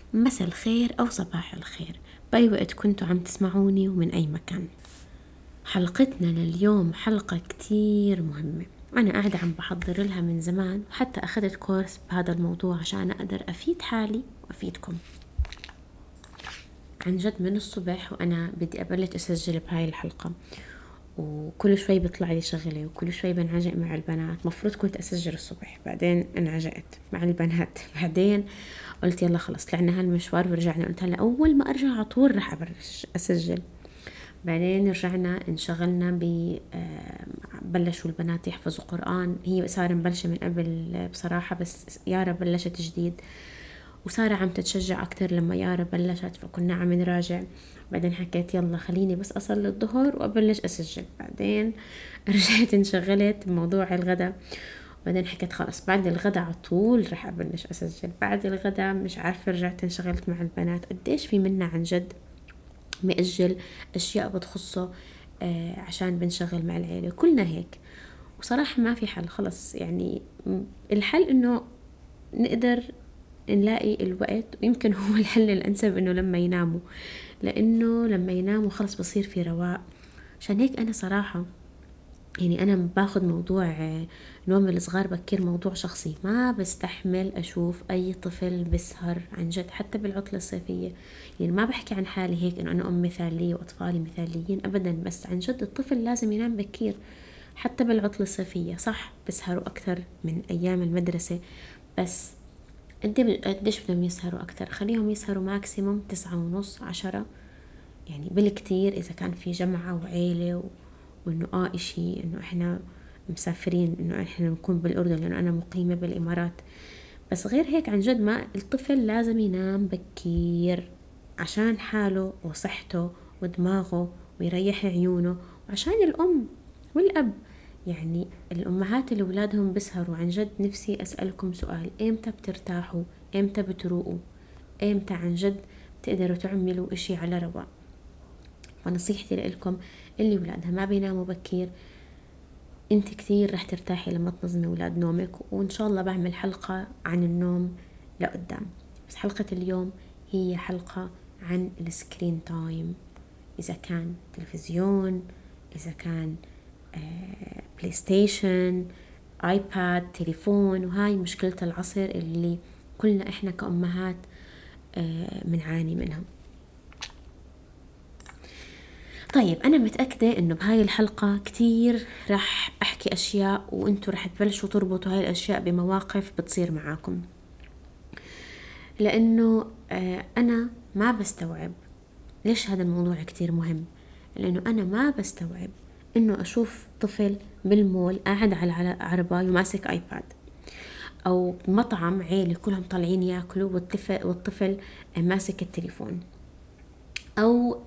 مساء الخير أو صباح الخير بأي وقت كنتوا عم تسمعوني ومن أي مكان. حلقتنا لليوم حلقة كتير مهمة، أنا قاعدة عم بحضر لها من زمان، وحتى أخذت كورس بهذا الموضوع عشان أقدر أفيد حالي وأفيدكم. عن جد من الصبح وأنا بدي أبلش أسجل بهاي الحلقة، وكل شوي بيطلع لي شغلة وكل شوي بنعجق مع البنات. مفروض كنت أسجل الصبح، بعدين انعجقت مع البنات، بعدين قلت يلا خلص طلعنا هالمشوار ورجعنا، قلت هلا أول ما أرجع على طول رح أبلش أسجل. بعدين رجعنا انشغلنا بلشوا البنات يحفظوا قرآن. هي صار مبلشة من قبل بصراحة، بس يارا بلشت جديد وسارة عم تتشجع أكتر لما يارا بلشت، فكنا عم نراجع. بعدين حكيت يلا خليني بس أصلي الظهر وأبلش أسجل. بعدين رجعت انشغلت بموضوع الغداء، بعدين حكيت خلاص بعد الغداء على طول رح أبلش أسجل. بعد الغداء مش عارفة رجعت انشغلت مع البنات. قديش في منا عن جد مأجل أشياء بتخصه عشان بنشغل مع العيلة، كلنا هيك. وصراحة ما في حل، خلص يعني الحل إنه نقدر نلاقي الوقت، ويمكن هو الحل الأنسب إنه لما يناموا، لأنه لما يناموا خلص بصير في رواق. عشان هيك أنا صراحة يعني أنا باخد موضوع نوم الصغار بكير موضوع شخصي. ما بستحمل أشوف أي طفل بسهر عن جد حتى بالعطلة الصيفية. يعني ما بحكي عن حالي هيك إنه أنا أم مثالية وأطفالي مثاليين أبدا، بس عن جد الطفل لازم ينام بكير حتى بالعطلة الصيفية. صح بسهروا أكثر من أيام المدرسة، بس قديش بدهم يسهروا أكتر؟ خليهم يسهروا ماكسيموم 9:30 10، يعني بالكتير إذا كان في جمعة وعيلة وإنه إشي إنه إحنا مسافرين، إنه إحنا نكون بالأردن لأنه أنا مقيمة بالإمارات. بس غير هيك عن جد ما الطفل لازم ينام بكير عشان حاله وصحته ودماغه، ويريح عيونه، وعشان الأم والأب. يعني الأمهات اللي أولادهم بسهروا عن جد نفسي أسألكم سؤال: إمتى بترتاحوا؟ إمتى بتروقوا؟ إمتى عن جد تقدروا تعملوا إشي على رواق؟ فنصيحتي لكم اللي ولادها ما بيناموا بكير، انت كتير رح ترتاحي لما تنظمي ولاد نومك. وان شاء الله بعمل حلقة عن النوم لقدام، بس حلقة اليوم هي حلقة عن السكرين تايم. اذا كان تلفزيون، اذا كان بلاي ستيشن، ايباد، تليفون. وهاي مشكلة العصر اللي كلنا احنا كأمهات منعاني منها. طيب أنا متأكدة إنه بهاي الحلقة كتير رح أحكي أشياء وإنتوا رح تبلشوا تربطوا هاي الأشياء بمواقف بتصير معاكم، لأنه أنا ما بستوعب ليش هذا الموضوع كتير مهم. لأنه أنا ما بستوعب إنه أشوف طفل بالمول قاعد على عرباية وماسك آيباد، أو مطعم عيلة كلهم طالعين ياكلوا والطفل ماسك التليفون، أو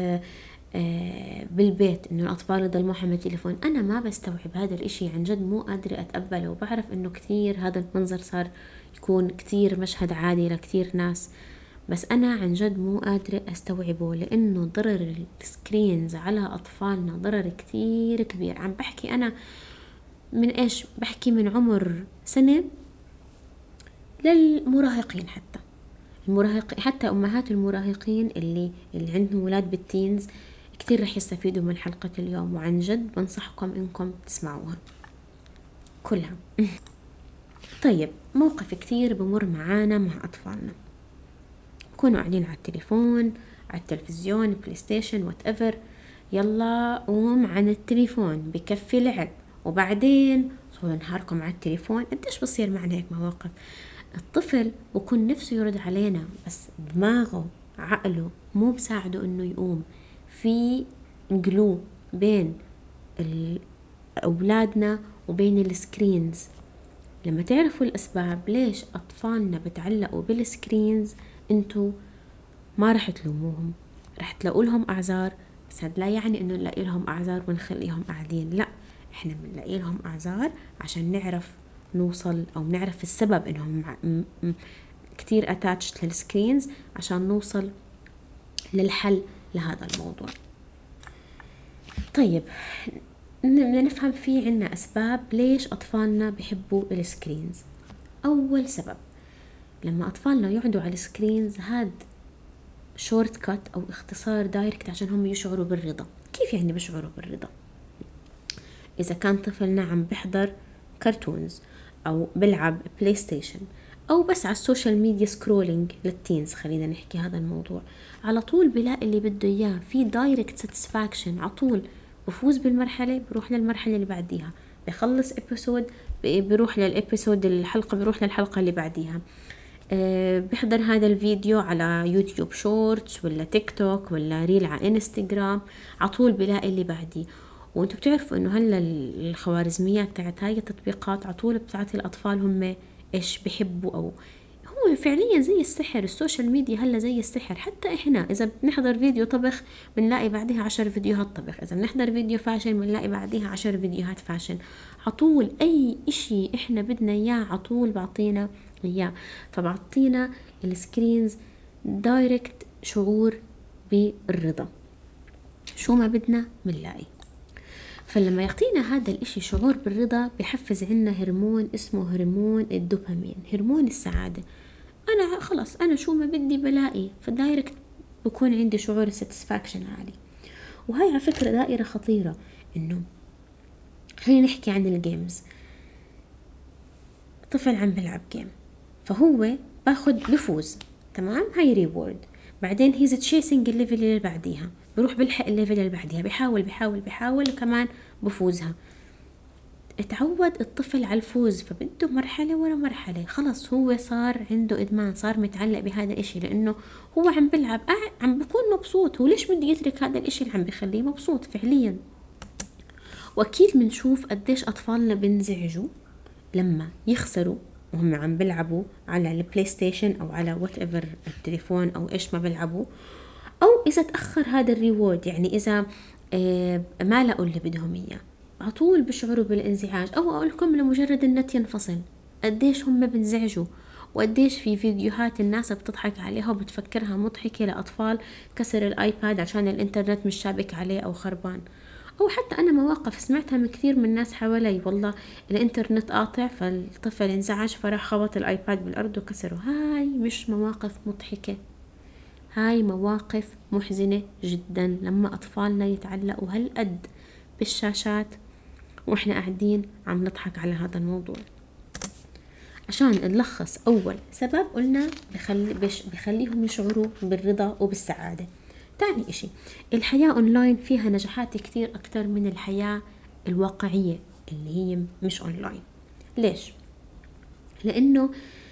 بالبيت إنه الأطفال يضلوا محمل تليفون. أنا ما بستوعب هذا الإشي، عن جد مو قادرة أتقبله. وبعرف إنه كتير هذا المنظر صار يكون كتير مشهد عادي لكتير ناس، بس أنا عن جد مو قادرة أستوعبه، لأنه ضرر السكرينز على أطفالنا ضرر كتير كبير. عم بحكي أنا من إيش بحكي؟ من عمر سنة للمراهقين، حتى المراهقين، حتى أمهات المراهقين اللي عندهم ولاد بالتينز كتير رح يستفيدوا من حلقة اليوم. وعن جد بنصحكم إنكم تسمعوها كلها. طيب موقف كتير بمر معانا مع أطفالنا، بكونوا قاعدين على التليفون، على التلفزيون، بلاي ستيشن، وات ايفر، يلا قوم عن التليفون بكفي لعب، وبعدين طول نهاركم على التليفون. قديش بصير معنا هيك مواقف؟ الطفل بكون نفسه يرد علينا، بس دماغه عقله مو بساعده انه يقوم. في جلو بين اولادنا وبين السكرينز. لما تعرفوا الاسباب ليش اطفالنا بتعلقوا بالسكرينز، انتو ما رح تلوموهم، رح تلاقوا لهم اعذار. بس هذا لا يعني انه نلاقي لهم اعذار ونخليهم قاعدين، لا، احنا بنلاقي لهم اعذار عشان نعرف نوصل او نعرف السبب انهم كتير اتاتشت للسكرينز، عشان نوصل للحل لهذا الموضوع. طيب بدنا نفهم في عنا أسباب ليش أطفالنا بيحبوا السكرينز. أول سبب لما أطفالنا يقعدوا على السكرينز، هاد شورت كات أو اختصار دايركت عشان هم يشعروا بالرضا. كيف يعني بيشعروا بالرضا؟ إذا كان طفلنا عم بحضر كرتونز أو بلعب بلاي ستيشن أو بس على السوشيال ميديا سكرولينج للتينز، خلينا نحكي هذا الموضوع، على طول بلاقي اللي بده إياه في دايركت ساتسفاكشن، على طول بفوز بالمرحلة بروح للمرحلة اللي بعديها، بخلص ابيسود بروح للابيسود الحلقة، بروح للحلقة اللي بعديها. بحضر هذا الفيديو على يوتيوب شورتس ولا تيك توك ولا ريل على انستغرام، عطول بلاقي اللي بعدي. وانتوا بتعرفوا انه هلا الخوارزميات تاعت هاي التطبيقات عطول بتعطي الاطفال هم ايش بحبوا، او هو فعليا زي السحر. السوشيال ميديا هلا زي السحر. حتى احنا اذا بنحضر فيديو طبخ بنلاقي بعدها 10 فيديوهات طبخ، اذا بنحضر فيديو فاشن بنلاقي بعدها 10 فيديوهات فاشن. عطول اي اشي احنا بدنا اياه عطول بعطينا اياه. فبعطينا السكرينز دايركت شعور بالرضا، شو ما بدنا بنلاقي. فلما يعطينا هذا الاشي شعور بالرضا بحفز عنا هرمون اسمه هرمون الدوبامين، هرمون السعادة. انا خلص انا شو ما بدي بلاقي، فدايركت بكون عندي شعور الساتسفاكشن عالي. وهي على فكرة دائرة خطيرة. انه خلينا نحكي عن الجيمز. طفل عم بلعب جيم، فهو بفوز، تمام، هاي ريورد. بعدين هيز تشيسنج الليفل اللي بعديها، بروح بلحق الليفل اللي بعديها، بحاول وكمان بفوزها. اتعود الطفل على الفوز، فبده مرحلة ورا مرحلة. خلص هو صار عنده إدمان، صار متعلق بهذا الاشي، لأنه هو عم بلعب عم بكون مبسوط. هو ليش بده يترك هذا الاشي اللي عم بخليه مبسوط فعليا؟ وأكيد منشوف قديش أطفالنا بنزعجوا لما يخسروا وهم عم بلعبوا على البلاي ستيشن أو على وات ايفر التليفون أو إيش ما بلعبوا، أو إذا تأخر هذا الريورد، يعني إذا ما لقوا اللي بدهم إياه، على طول بشعروا بالانزعاج. أو أقول لكم لمجرد النت ينفصل قديش هم بنزعجوا، وقديش في فيديوهات الناس بتضحك عليها وبتفكرها مضحكة لأطفال كسر الآيباد عشان الإنترنت مش شابك عليه أو خربان. أو حتى أنا مواقف سمعتها من كثير من الناس حوالي، والله الإنترنت قاطع فالطفل انزعج فراح خبط الآيباد بالأرض وكسره. هاي مش مواقف مضحكة، هاي مواقف محزنة جدا لما أطفالنا يتعلقوا هالقد بالشاشات وإحنا قاعدين عم نضحك على هذا الموضوع. عشان نلخص، أول سبب قلنا بخليهم يشعروا بالرضا وبالسعادة. تاني إشي، الحياة أونلاين فيها نجاحات كتير أكتر من الحياة الواقعية اللي هي مش أونلاين. ليش؟ لأنه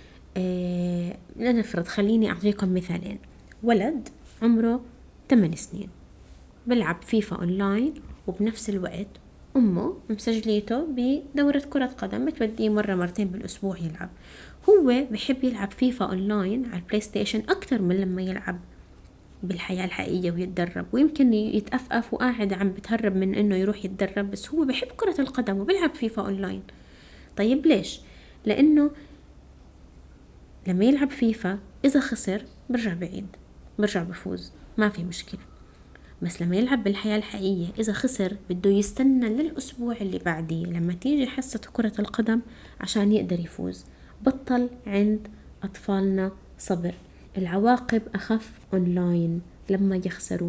لنفرض، خليني أعطيكم مثالين. ولد عمره 8 سنين بلعب فيفا أونلاين، وبنفس الوقت أمه مسجليته بدورة كرة قدم بتوديه مرة مرتين بالأسبوع يلعب. هو بحب يلعب فيفا أونلاين على البلاي ستيشن أكتر من لما يلعب بالحياة الحقيقية ويتدرب، ويمكن يتأفأف وقاعد عم بتهرب من إنه يروح يتدرب، بس هو بحب كرة القدم وبيلعب فيفا أونلاين. طيب ليش؟ لأنه لما يلعب فيفا إذا خسر برجع بعيد، برجع بفوز، ما في مشكلة. بس لما يلعب بالحياة الحقيقية إذا خسر بده يستنى للأسبوع اللي بعديه لما تيجي حصة كرة القدم عشان يقدر يفوز. بطل عند أطفالنا صبر. العواقب أخف أونلاين لما يخسروا.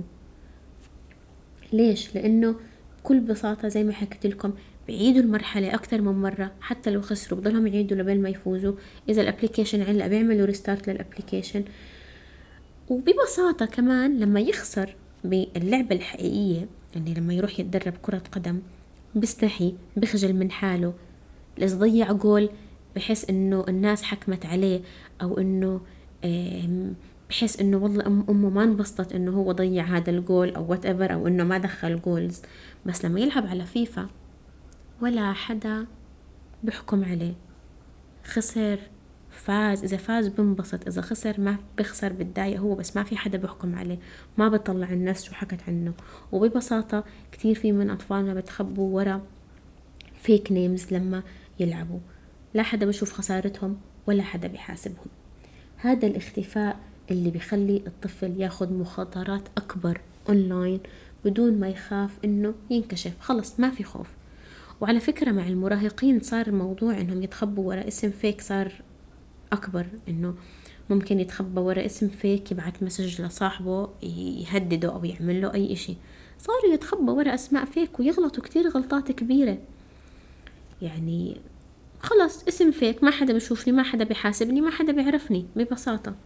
ليش؟ لأنه بكل بساطة زي ما حكيت لكم بيعيدوا المرحلة أكتر من مرة، حتى لو خسروا بضلهم يعيدوا لبين ما يفوزوا. إذا الابليكيشن علق بيعملوا ريستارت للابليكيشن. وببساطة كمان لما يخسر باللعبة الحقيقية، يعني لما يروح يتدرب كرة قدم، بيستحي، بخجل من حاله، لإذا ضيع جول بحس إنه الناس حكمت عليه، أو إنه بحس إنه والله أمه ما انبسطت إنه هو ضيع هذا الجول أو whatever، أو إنه ما دخل جولز. بس لما يلعب على فيفا ولا حدا بحكم عليه، خسر فاز، إذا فاز بنبسط، إذا خسر ما بخسر بالداية هو، بس ما في حدا بحكم عليه، ما بطلع الناس شو حكت عنه. وببساطة كتير في من أطفالنا بتخبوا ورا فيك نيمز لما يلعبوا، لا حدا بشوف خسارتهم ولا حدا بيحاسبهم. هذا الاختفاء اللي بيخلي الطفل ياخد مخاطرات أكبر أونلاين بدون ما يخاف إنه ينكشف. خلص ما في خوف. وعلى فكرة مع المراهقين صار الموضوع إنهم يتخبوا ورا اسم فيك صار أكبر، إنه ممكن يتخبى ورا اسم فيك، يبعت مسج لصاحبه يهدده أو يعمل له أي إشي. صاروا يتخبى ورا أسماء فيك ويغلطوا كتير غلطات كبيرة. يعني خلص اسم فيك، ما حدا بيشوفني، ما حدا بيحاسبني، ما حدا بيعرفني ببساطة.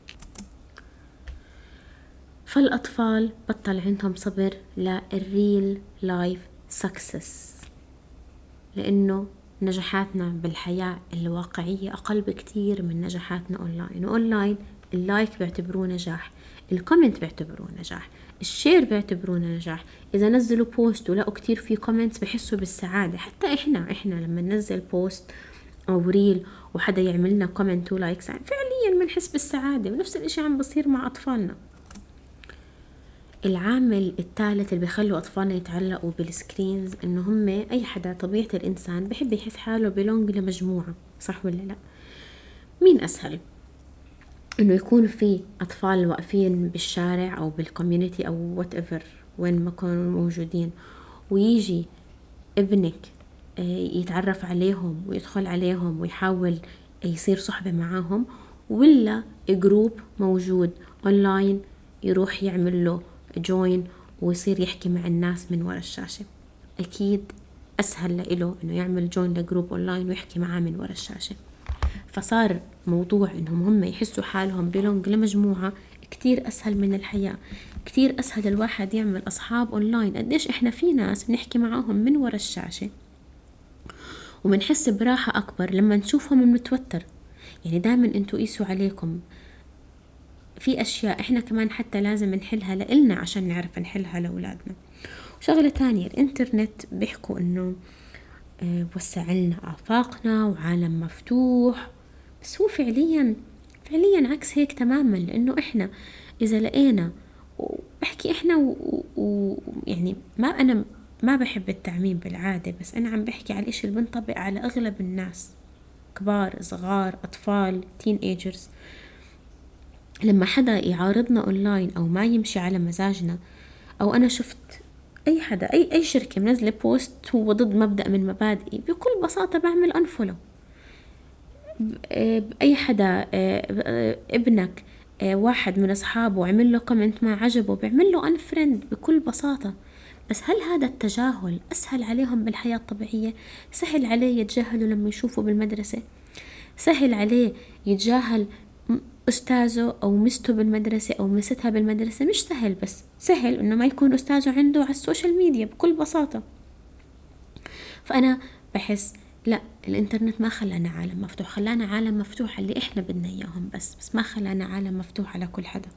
فالأطفال بطل عندهم صبر للريل لايف سكسس، لأنه نجاحاتنا بالحياة الواقعية أقل بكتير من نجاحاتنا أونلاين. وأونلاين اللايك بيعتبروه نجاح، الكومنت بيعتبروه نجاح، الشير بيعتبروه نجاح. إذا نزلوا بوست ولقوا كتير في كومنتس بحسوا بالسعادة. حتى إحنا لما ننزل بوست أو ريل وحدا يعملنا كومنت ولايكس فعليا بنحس بالسعادة. ونفس الإشي عم بصير مع أطفالنا. العامل الثالث اللي بيخلوا أطفالنا يتعلقوا بالسكرينز إنه هم أي حدا، طبيعة الإنسان بحب يحس حاله بيلونج لمجموعة، صح ولا لا؟ مين أسهل إنه يكون في أطفال واقفين بالشارع أو بالكوميونيتي أو whatever وين ما كانوا موجودين، ويجي ابنك يتعرف عليهم ويدخل عليهم ويحاول يصير صحبة معاهم، ولا جروب موجود أونلاين يروح يعمل له جوين ويصير يحكي مع الناس من وراء الشاشة؟ أكيد أسهل له إنه يعمل جوين لجروب أونلاين ويحكي معاه من وراء الشاشة. فصار موضوع إنهم هم يحسوا حالهم بلونج لمجموعة كتير أسهل من الحياة. كتير أسهل الواحد يعمل أصحاب أونلاين. قديش إحنا في ناس بنحكي معاهم من وراء الشاشة وبنحس براحة أكبر لما نشوفهم متوتر. يعني دائما أنتوا قيسوا عليكم في أشياء إحنا كمان حتى لازم نحلها لإلنا عشان نعرف نحلها لأولادنا. وشغلة تانية، الإنترنت بيحكوا إنه وسع لنا آفاقنا وعالم مفتوح، بس هو فعليا عكس هيك تماما. لأنه إحنا إذا لقينا، وبحكي إحنا يعني أنا ما بحب التعميم بالعادة، بس أنا عم بحكي على الإشي اللي بنطبق على أغلب الناس، كبار صغار أطفال تين ايجرز. لما حدا يعارضنا أونلاين أو ما يمشي على مزاجنا، أو أنا شفت أي حدا أي شركة منزلة بوست هو ضد مبدأ من مبادئي، بكل بساطة بعمل أنفولو. بأي حدا ابنك واحد من أصحابه عمل له كومنت ما عجبه، بيعمل له أنفريند بكل بساطة. بس هل هذا التجاهل أسهل عليهم بالحياة الطبيعية؟ سهل عليه يتجاهلوا لما يشوفوا بالمدرسة، سهل عليه يتجاهل أستاذه أو مسته بالمدرسة أو مستها بالمدرسة. مش سهل، بس سهل إنه ما يكون أستاذه عنده على السوشيال ميديا بكل بساطة. فأنا بحس لا، الإنترنت ما خلانا عالم مفتوح، خلانا عالم مفتوح اللي إحنا بدنا إياهم بس ما خلانا عالم مفتوح على كل حدا.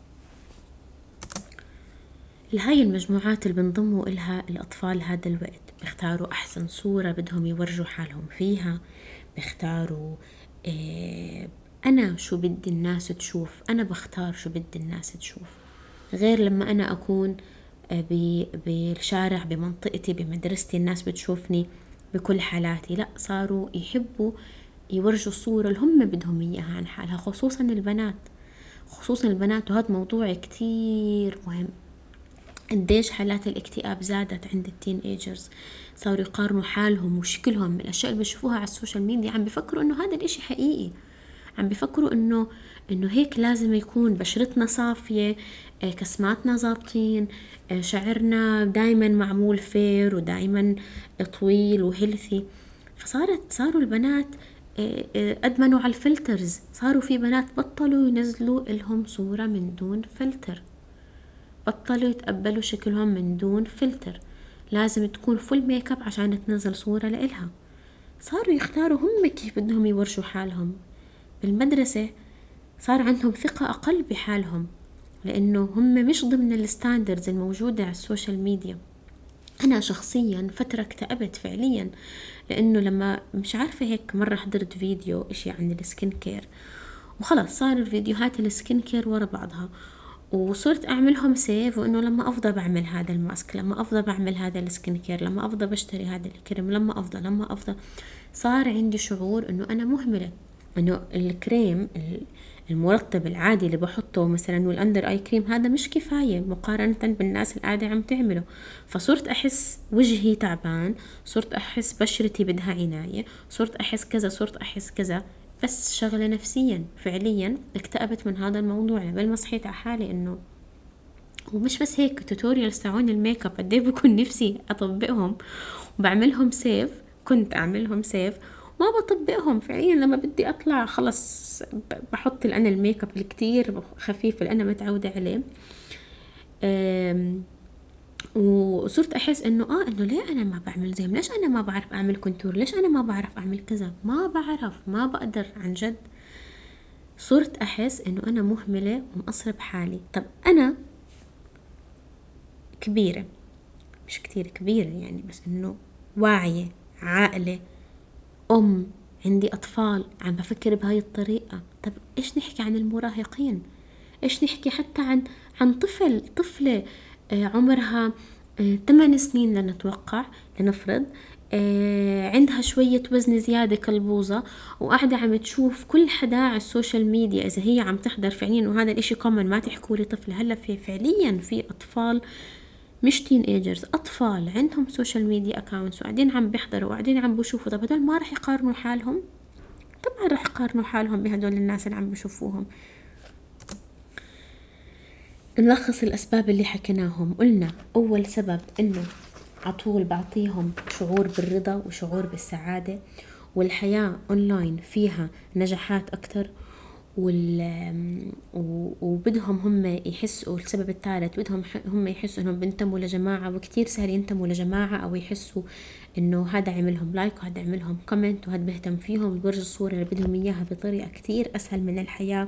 لهاي المجموعات اللي بنضموا إلها الأطفال هذا الوقت بيختاروا أحسن صورة بدهم يورجوا حالهم فيها، بيختاروا أنا شو بدي الناس تشوف، أنا بختار شو بدي الناس تشوف، غير لما أنا أكون بالشارع بمنطقتي بمدرستي الناس بتشوفني بكل حالاتي. لا، صاروا يحبوا يورجوا الصورة اللي هم بدهم إياها عن حالها، خصوصا البنات. وهذا موضوع كتير مهم. قديش حالات الاكتئاب زادت عند التين ايجرز، صاروا يقارنوا حالهم وشكلهم من الأشياء اللي بيشوفوها على السوشيال ميديا، عم بيفكروا إنه هذا الإشي حقيقي، عم بيفكروا إنه هيك لازم يكون بشرتنا صافية، كسماتنا زابطين، شعرنا دايما معمول فير ودايما طويل وهيلثي. صاروا البنات أدمنوا على الفلترز. صاروا في بنات بطلوا ينزلوا لهم صورة من دون فلتر، بطلوا يتقبلوا شكلهم من دون فلتر، لازم تكون فول ميك اب عشان تنزل صورة لإلها. صاروا يختاروا هم كيف بدهم يورجوا حالهم. بالمدرسة صار عندهم ثقة أقل بحالهم لأنه هم مش ضمن الستاندردز الموجودة على السوشيال ميديا. أنا شخصيا فترة اكتئبت فعليا، لأنه لما مش عارفة هيك مرة حضرت فيديو إشي عن السكين كير، وخلاص صار الفيديوهات السكين كير ورا بعضها، وصرت أعملهم سيف، وإنه لما أفضل بعمل هذا الماسك، لما أفضل بعمل هذا السكين كير، لما أفضل بشتري هذا الكريم، لما أفضل صار عندي شعور إنه أنا مهملة، إنه الكريم المرطب العادي اللي بحطه مثلا والأندر آي كريم هذا مش كفاية مقارنة بالناس اللي قاعدة عم تعمله. فصرت أحس وجهي تعبان، صرت أحس بشرتي بدها عناية، صرت أحس كذا. بس شغلة نفسيا. فعليا اكتئبت من هذا الموضوع، بل ما صحيت على حالي انه. ومش بس هيك، توتوريالز تاعون الميك اب قد ايه بكون نفسي اطبقهم وبعملهم سيف، كنت اعملهم سيف ما بطبقهم فعليا. لما بدي اطلع خلص بحط انا الميك اب الكتير خفيف اللي انا متعودة عليه. وصرت احس انه انه ليه انا ما بعمل زيهم، ليش انا ما بعرف اعمل كونتور، ليش انا ما بعرف اعمل كذا، ما بعرف، ما بقدر عن جد. صرت احس انه انا مهملة ومقصرة بحالي. طب انا كبيرة، مش كتير كبيرة يعني، بس انه واعية، عاقلة، ام، عندي اطفال، عم بفكر بهاي الطريقة. طب ايش نحكي عن المراهقين؟ ايش نحكي حتى عن طفلة عمرها 8 سنين لنتوقع، لنفرض عندها شوية وزن زيادة كالبوظة، وقاعدة عم تشوف كل حدا على السوشيال ميديا إذا هي عم تحضر فعليا. وهذا الاشي كومن، ما تحكولي طفلة. هلا فعليا في أطفال، مش تين ايجرز، أطفال عندهم سوشيال ميديا أكاونتس وقاعدين عم بيحضروا وقاعدين عم بيشوفوا. طب هدول ما رح يقارنوا حالهم؟ طبعا رح يقارنوا حالهم بهدول الناس اللي عم بيشوفوهم. نلخص الأسباب اللي حكيناهم. قلنا أول سبب إنه عطول بعطيهم شعور بالرضا وشعور بالسعادة، والحياة أونلاين فيها نجاحات أكتر، وبدهم هم يحسوا. السبب الثالث بدهم هم يحسوا إنهم بينتموا لجماعة، وكتير سهل ينتموا لجماعة أو يحسوا إنه هذا عملهم لايك وهذا عملهم كومنت وهذا بيهتم فيهم، بيورجوا الصورة اللي بدهم إياها بطريقة كتير أسهل من الحياة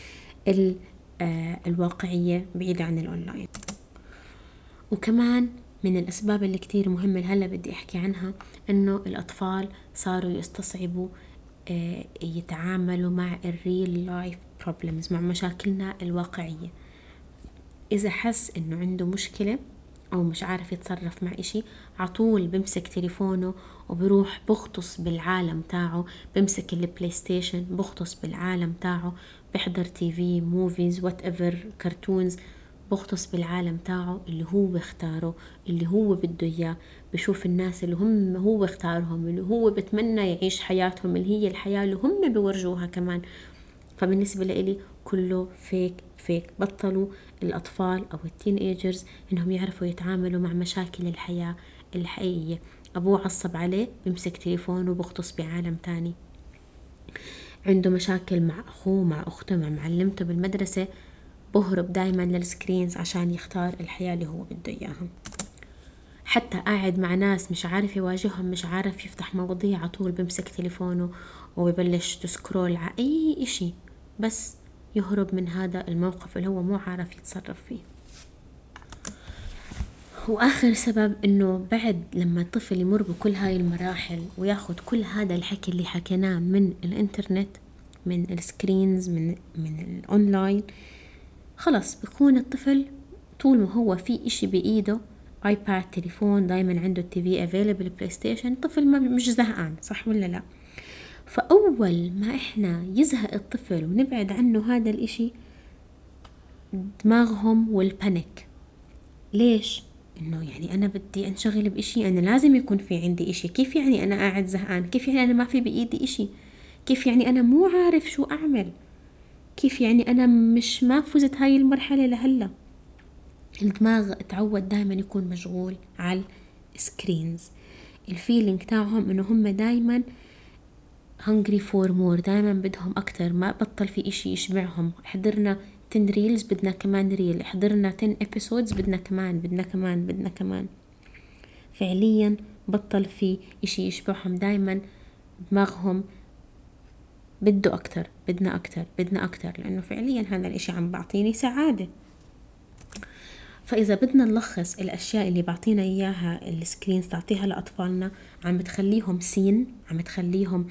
الواقعية بعيدة عن الأونلاين. وكمان من الأسباب اللي كتير مهمة اللي هلأ بدي أحكي عنها، إنه الأطفال صاروا يستصعبوا يتعاملوا مع الريل لايف بروبلمز، مع مشاكلنا الواقعية. إذا حس إنه عنده مشكلة أو مش عارف يتصرف مع إشي، عطول بمسك تليفونه وبروح بغطس بالعالم تاعه، بمسك البلاي ستيشن بغطس بالعالم تاعه، بحضر تي في، موفيز، وات ايفر، كرتونز، بغطس بالعالم تاعه اللي هو اختاره، اللي هو بده اياه. بشوف الناس اللي هم هو اختارهم، اللي هو بتمنى يعيش حياتهم، اللي هي الحياة اللي هم بيورجوها كمان. فبالنسبة لإلي كله فيك. بطلوا الأطفال أو التين ايجرز إنهم يعرفوا يتعاملوا مع مشاكل الحياة الحقيقية. أبوه عصب عليه بيمسك تليفونه وبغطس بعالم تاني. عنده مشاكل مع أخوه، مع أخته، مع معلمته بالمدرسة، بهرب دايما للسكرينز عشان يختار الحياة اللي هو بده إياها. حتى قاعد مع ناس مش عارف يواجههم، مش عارف يفتح مواضيع، عطول بمسك تليفونه وبيبلش تسكرول على أي إشي بس يهرب من هذا الموقف اللي هو مو عارف يتصرف فيه. وآخر سبب إنه بعد لما الطفل يمر بكل هاي المراحل وياخد كل هذا الحكي اللي حكيناه من الإنترنت، من السكرينز، من الأونلاين، خلص بيكون الطفل طول ما هو في إشي بإيده، آيباد، تليفون، دايما عنده التي في افيلبل، بلاي ستيشن، طفل ما مش زهقان، صح ولا لا؟ فأول ما إحنا يزهق الطفل ونبعد عنه هذا الإشي، دماغهم والبانيك. ليش؟ إنه يعني أنا بدي أنشغل بإشي، أنا لازم يكون في عندي إشي. كيف يعني أنا قاعد زهقان؟ كيف يعني أنا ما في بإيدي إشي؟ كيف يعني أنا مو عارف شو أعمل؟ كيف يعني أنا ما فزت هاي المرحلة لهلا؟ الدماغ تعود دايما يكون مشغول على السكرينز. الفيلينج تاعهم إنه هم دايما hungry for more، دايما بدهم أكتر، ما بطل في إشي يشبعهم. حضرنا 10 ريلز بدنا كمان ريل، حضرنا 10 episodes بدنا كمان. فعليا بطل في إشي يشبعهم، دايما دماغهم بده أكتر، بدنا أكتر، لأنه فعليا هذا الإشي عم بعطيني سعادة. فإذا بدنا نلخص الأشياء اللي بعطينا إياها السكرينز تعطيها لأطفالنا، عم بتخليهم سين، عم بتخليهم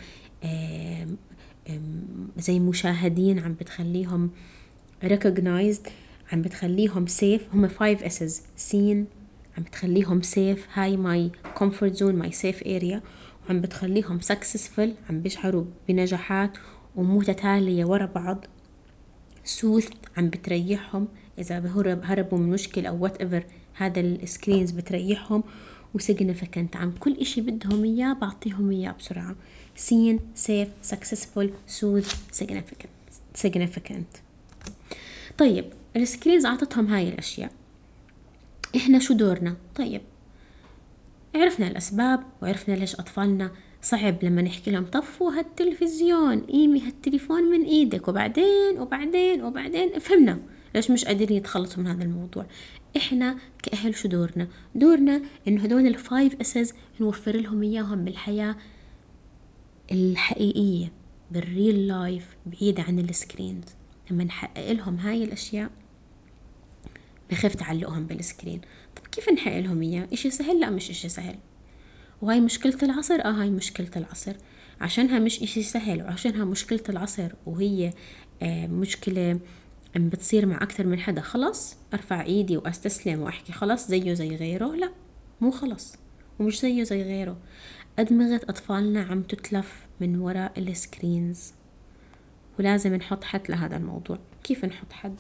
زي مشاهدين، عم بتخليهم recognized، عم بتخليهم safe. هم 5 S's: seen، عم بتخليهم safe، هاي my comfort zone، my safe area، وعم بتخليهم successful، عم بيشعروا بنجاحات ومتتالية ورا بعض. سوث، عم بتريحهم إذا هربوا من مشكلة أو whatever، هذا السكرينز بتريحهم. وسيجنيفيكانت، عم كل إشي بدهم إياه بعطيهم إياه بسرعة. seen, safe, successful, soothe, significant. طيب السكرينز أعطتهم هاي الأشياء، إحنا شو دورنا؟ طيب عرفنا الأسباب وعرفنا ليش أطفالنا صعب لما نحكي لهم طفوا هالتلفزيون، قيمي هالتليفون من إيدك، وبعدين فهمنا ليش مش قادرين يتخلصوا من هذا الموضوع. إحنا كأهل شو دورنا؟ دورنا إنه هدول ال5 أسز نوفر لهم إياهم بالحياة الحقيقية، بالريل لايف، بعيدة عن السكرينز. لما نحقق لهم هاي الأشياء بخاف تعلقهم بالسكرين. طب كيف نحقق لهم إياه؟ إشي سهل؟ لا مش إشي سهل. وهاي مشكلة العصر. هاي مشكلة العصر، عشانها مش إشي سهل، وعشانها مشكلة العصر، وهي مشكلة بتصير مع أكثر من حدا. خلاص أرفع إيدي وأستسلم وأحكي خلاص زيه زي غيره؟ لا، مو خلاص ومش زيه زي غيره. أدمغة أطفالنا عم تتلف من وراء السكرينز، ولازم نحط حد لهذا الموضوع. كيف نحط حد؟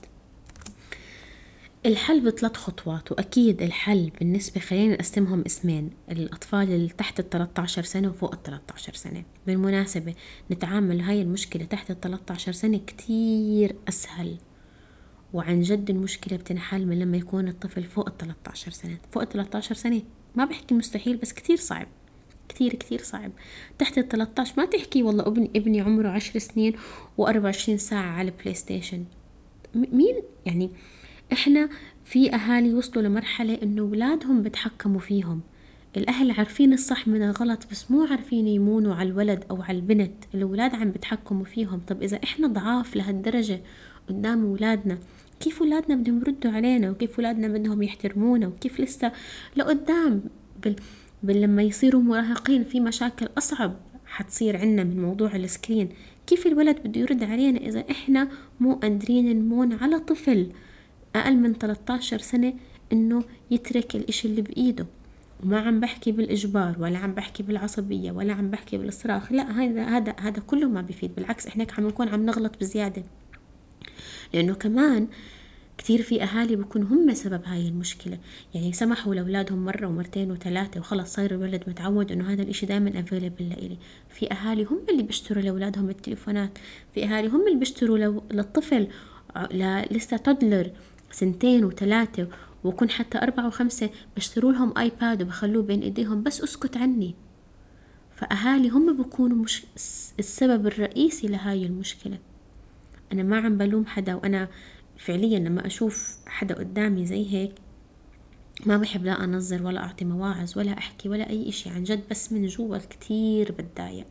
الحل ب3 خطوات. وأكيد الحل بالنسبة، خلينا نقسمهم اسمين: الأطفال اللي تحت 13 سنة وفوق 13 سنة. بالمناسبة نتعامل هاي المشكلة تحت 13 سنة كتير أسهل، وعن جد المشكلة بتنحل من لما يكون الطفل فوق 13 سنة. فوق 13 سنة ما بحكي مستحيل، بس كتير صعب، كتير صعب. تحت 13 ما تحكي والله ابني عمره 10 سنين و24 ساعة على البلاي ستيشن. مين يعني؟ احنا في اهالي وصلوا لمرحلة انه اولادهم بتحكموا فيهم. الاهل عارفين الصح من الغلط، بس مو عارفين يمونوا على الولد او على البنت. الاولاد عم بتحكموا فيهم. طب اذا احنا ضعاف لهالدرجة قدام اولادنا، كيف اولادنا بدهم يردوا علينا؟ وكيف اولادنا بدهم يحترمونا؟ وكيف لسه لقدام لما يصيروا مراهقين في مشاكل اصعب حتصير عنا من موضوع السكرين؟ كيف الولد بده يرد علينا اذا احنا مو قادرين نمون على طفل أقل من 13 سنة إنه يترك الإشي اللي بإيده؟ وما عم بحكي بالإجبار، ولا عم بحكي بالعصبية، ولا عم بحكي بالصراخ. لا، هذا كله ما بيفيد. بالعكس إحنا عم نكون عم نغلط بزيادة. لأنه كمان كتير في أهالي بيكونوا هم سبب هاي المشكلة. يعني سمحوا لأولادهم مرة ومرتين وثلاثة وخلص صار الولد متعود إنه هذا الإشي دائما available لإلي. في أهالي هم اللي بيشتروا لأولادهم التليفونات. في أهالي هم اللي بيشتروا للطفل لسه تودلر 2 و3 ويكون حتى 4 و5 بيشتروا لهم آيباد وبخلوه بين إيديهم، بس أسكت عني. فأهالي هم بيكونوا مش السبب الرئيسي لهاي المشكلة. أنا ما عم بلوم حدا، وأنا فعليا لما أشوف حدا قدامي زي هيك ما بحب لا أنظر ولا أعطي مواعظ ولا أحكي ولا أي إشي. عن جد بس من جوا كتير بتضايق،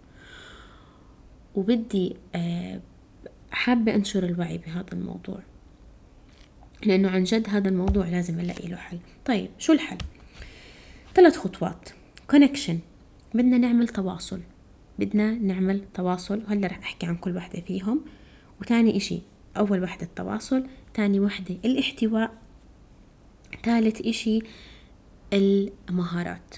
وبدي حابة أنشر الوعي بهذا الموضوع، لأنه عن جد هذا الموضوع لازم نلاقي له حل. طيب شو الحل؟ 3 خطوات. connection، بدنا نعمل تواصل، وهلا رح أحكي عن كل واحدة فيهم. وتاني إشي، أول واحدة التواصل، تاني واحدة الاحتواء، ثالث إشي المهارات.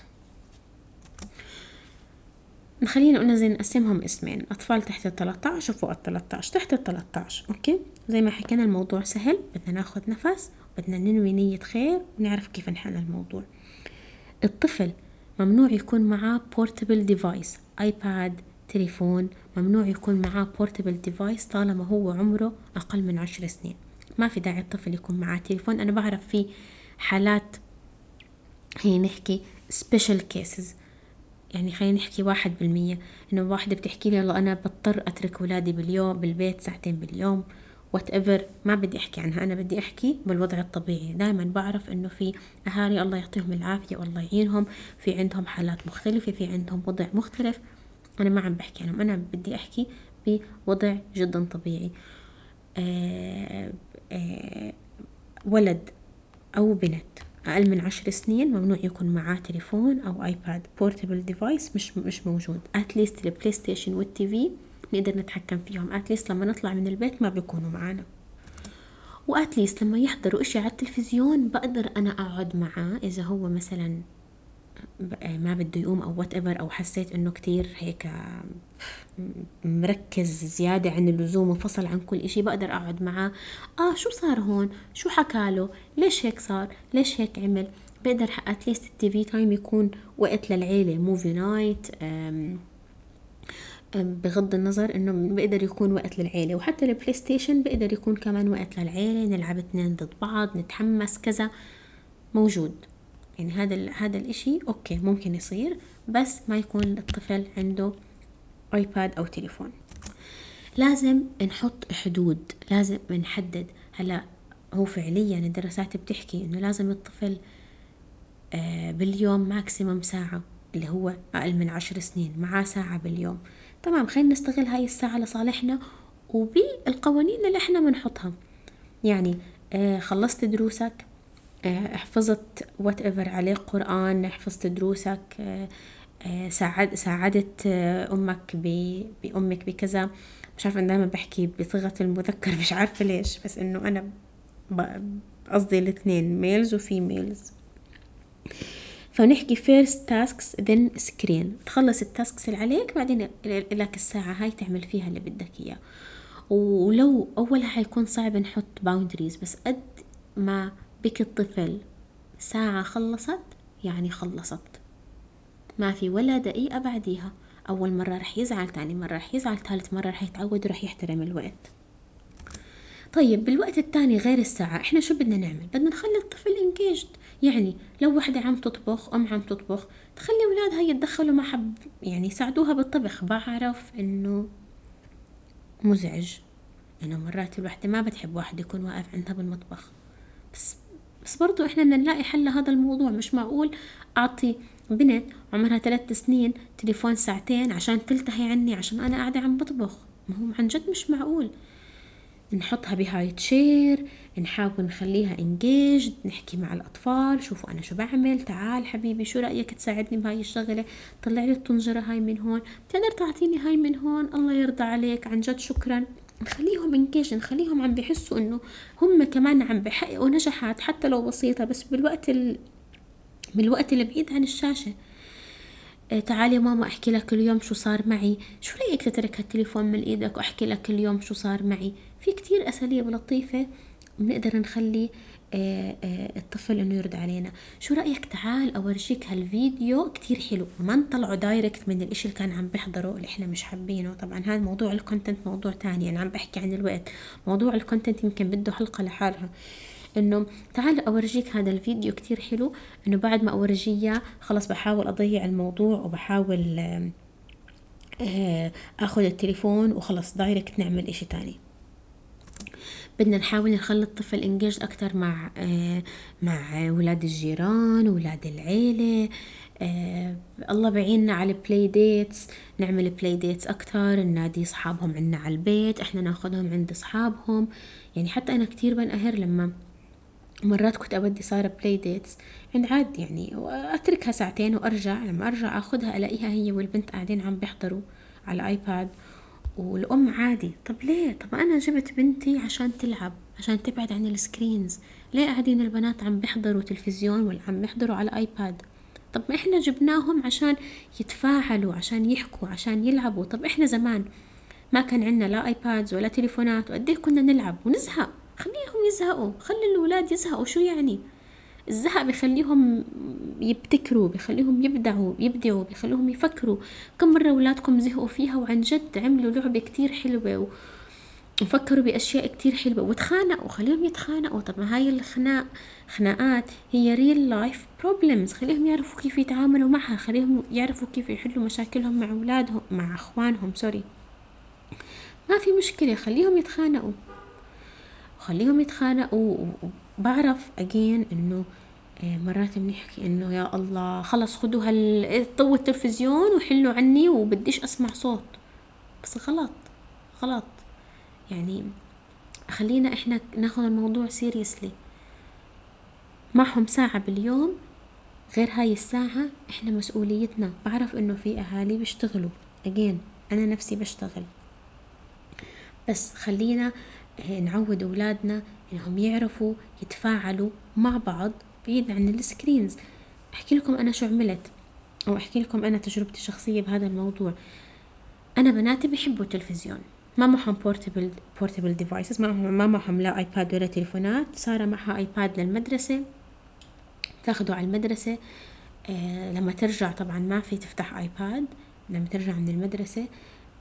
خلينا قلنا زي نقسمهم اسمين: أطفال تحت 13 وفوق 13. تحت 13 أوكي، زي ما حكينا الموضوع سهل، بدنا ناخد نفس، بدنا ننوي نية خير ونعرف كيف نحل الموضوع. الطفل ممنوع يكون معاه portable device، آيباد، تليفون. ممنوع يكون معاه portable device طالما هو عمره أقل من 10 سنين. ما في داعي الطفل يكون معاه تليفون. أنا بعرف في حالات، هي نحكي special cases، يعني خلينا نحكي 1%، إنه واحدة بتحكي لي والله أنا بضطر أترك ولادي بالبيت 2 ساعة باليوم whatever. ما بدي أحكي عنها، أنا بدي أحكي بالوضع الطبيعي. دائما بعرف إنه في أهالي الله يعطيهم العافية والله يعينهم، في عندهم حالات مختلفة، في عندهم وضع مختلف. أنا ما عم بحكي عنهم، أنا بدي أحكي بوضع جدا طبيعي. ولد أو بنت أقل من 10 سنين ممنوع يكون معاه تليفون أو آيباد، بورتبل ديفايس مش موجود. أتليست البلاي ستيشن والتي في نقدر نتحكم فيهم. أتليست لما نطلع من البيت ما بيكونوا معانا. وأتليست لما يحضروا إشي على التلفزيون بقدر أنا أقعد معاه إذا هو مثلا ما بده يقوم أو whatever، أو حسيت إنه كتير هيك مركز زيادة عن اللزوم وفصل عن كل إشي، بقدر أقعد معاه. شو صار هون؟ شو حكاله؟ ليش هيك صار؟ ليش هيك عمل؟ بقدر أتليست التي في تايم يكون وقت للعيلة، موفي نايت، بغض النظر انه بيقدر يكون وقت للعيلة، وحتى البلاي ستيشن بيقدر يكون كمان وقت للعيلة، نلعب اتنين ضد بعض، نتحمس كذا، موجود. يعني هذا الاشي اوكي ممكن يصير، بس ما يكون الطفل عنده ايباد او تليفون. لازم نحط حدود، لازم نحدد. هلا هو فعليا الدراسات بتحكي انه لازم الطفل باليوم ماكسيموم ساعة، اللي هو أقل من 10 سنين معاه ساعة باليوم. تمام، خلينا نستغل هاي الساعة لصالحنا وبالقوانين اللي احنا بنحطها. يعني خلصت دروسك، حفظت whatever عليه قرآن، حفظت دروسك، ساعدت أمك بأمك بكذا. مش عارفة، أنا دايما بحكي بصيغة المذكر، مش عارفة ليش، بس إنه أنا قصدي الاثنين ميلز وفيميلز. فنحكي first tasks then screen، تخلص التاسكس اللي عليك، بعدين لك الساعة هاي تعمل فيها اللي بدك إياه. ولو أولها حيكون صعب نحط boundaries، بس قد ما بك الطفل ساعة خلصت يعني خلصت، ما في ولا دقيقة بعديها. أول مرة رح يزعل، تاني مرة رح يزعل، ثالث مرة رح يتعود ورح يحترم الوقت. طيب بالوقت التاني غير الساعة احنا شو بدنا نعمل؟ بدنا نخلي الطفل انجيجد. يعني لو وحدة عم تطبخ، عم تطبخ، تخلي أولادها يتدخلوا مع حب، يعني يساعدوها بالطبخ. بعرف إنه مزعج، إنه مرات الوحدة ما بتحب واحد يكون واقف عندها بالمطبخ، بس برضو احنا بدنا نلاقي حل لهذا الموضوع. مش معقول أعطي بنت عمرها 3 سنين تليفون ساعتين عشان تلتهي عني عشان أنا قاعدة عم بطبخ. ما هو عن جد مش معقول. نحطها بهاي تشير، نحاول نخليها انجيج، نحكي مع الأطفال، شوفوا أنا شو بعمل، تعال حبيبي شو رأيك تساعدني بهاي الشغلة، طلع لي الطنجرة هاي من هون، بتقدر تعطيني هاي من هون، الله يرضى عليك عن جد شكرا. نخليهم انجيج، نخليهم عم بيحسوا انه هم كمان عم بيحققوا نجاحات حتى لو بسيطة، بس بالوقت اللي بعيد عن الشاشة. تعالي ماما احكي لك اليوم شو صار معي، شو رأيك تترك هالتليفون من ايدك واحكي لك اليوم شو صار معي. في كتير اساليب لطيفة بنقدر نخلي الطفل انه يرد علينا. شو رأيك تعال اورجيك هالفيديو كتير حلو، وما نطلعه دايركت من الاشي اللي كان عم بيحضره اللي احنا مش حابينه. طبعا هذا موضوع الكونتنت موضوع تاني، انا عم بحكي عن الوقت. موضوع الكونتنت يمكن بده حلقة لحالها. انه تعال اورجيك هذا الفيديو كتير حلو، انه بعد ما اورجيه خلص بحاول اضيع الموضوع وبحاول اخذ التليفون وخلص دايركت نعمل اشي تاني. بدنا نحاول نخلي الطفل انجيج اكتر مع ولاد الجيران، ولاد العيلة. الله بعيننا على البلاي ديتس، نعمل بلاي ديتس اكتر، ننادي اصحابهم عنا على البيت، احنا ناخدهم عند اصحابهم. يعني حتى انا كتير بنقهر لما مرات كنت أودي سارة بلاي ديتس عند عاد، يعني وأتركها ساعتين وأرجع، لما أرجع أخذها ألاقيها هي والبنت قاعدين عم بيحضروا على آيباد، والأم عادي. طب ليه؟ طب أنا جبت بنتي عشان تلعب، عشان تبعد عن السكرينز، ليه قاعدين البنات عم بيحضروا تلفزيون ولا عم بيحضروا على آيباد؟ طب ما إحنا جبناهم عشان يتفاعلوا، عشان يحكوا، عشان يلعبوا. طب إحنا زمان ما كان عندنا لا ايبادز ولا تليفونات، وقديه كنا نلعب ونزهق. خليهم يزهقوا، خلي الأولاد يزهقوا. شو يعني؟ الزهق بيخليهم يبتكروا، بيخليهم يبدعوا، بيخليهم يفكروا. كم مرة أولادكم زهقوا فيها وعن جد عملوا لعبة كتير حلوة وفكروا بأشياء كتير حلوة وتخانقوا، خليهم يتخانقوا. طب ما هاي خناقات هي real life problems، خليهم يعرفوا كيف يتعاملوا معها، خليهم يعرفوا كيف يحلوا مشاكلهم مع أولادهم، مع أخوانهم سوري. ما في مشكلة، خليهم يتخانقوا، خليهم يتخانقوا. بعرف أجين إنه مرات بنحكي إنه يا الله خلص خدوا طوا التلفزيون وحلوا عني وبديش أسمع صوت، بس غلط، غلط. يعني خلينا إحنا ناخذ الموضوع seriously. معهم ساعة باليوم، غير هاي الساعة إحنا مسؤوليتنا. بعرف إنه في أهالي بيشتغلوا، أجين أنا نفسي بشتغل، بس خلينا نعود أولادنا إنهم يعرفوا يتفاعلوا مع بعض بعيد عن السكرينز. أحكي لكم أنا شو عملت، أو أحكي لكم أنا تجربتي الشخصية بهذا الموضوع. أنا بناتي بيحبوا التلفزيون، ما معهم بورتبل ديفايسز، ما معهم لا آيباد ولا تليفونات. سارة معها آيباد للمدرسة، تاخده على المدرسة. لما ترجع طبعا ما في تفتح آيباد لما ترجع من المدرسة.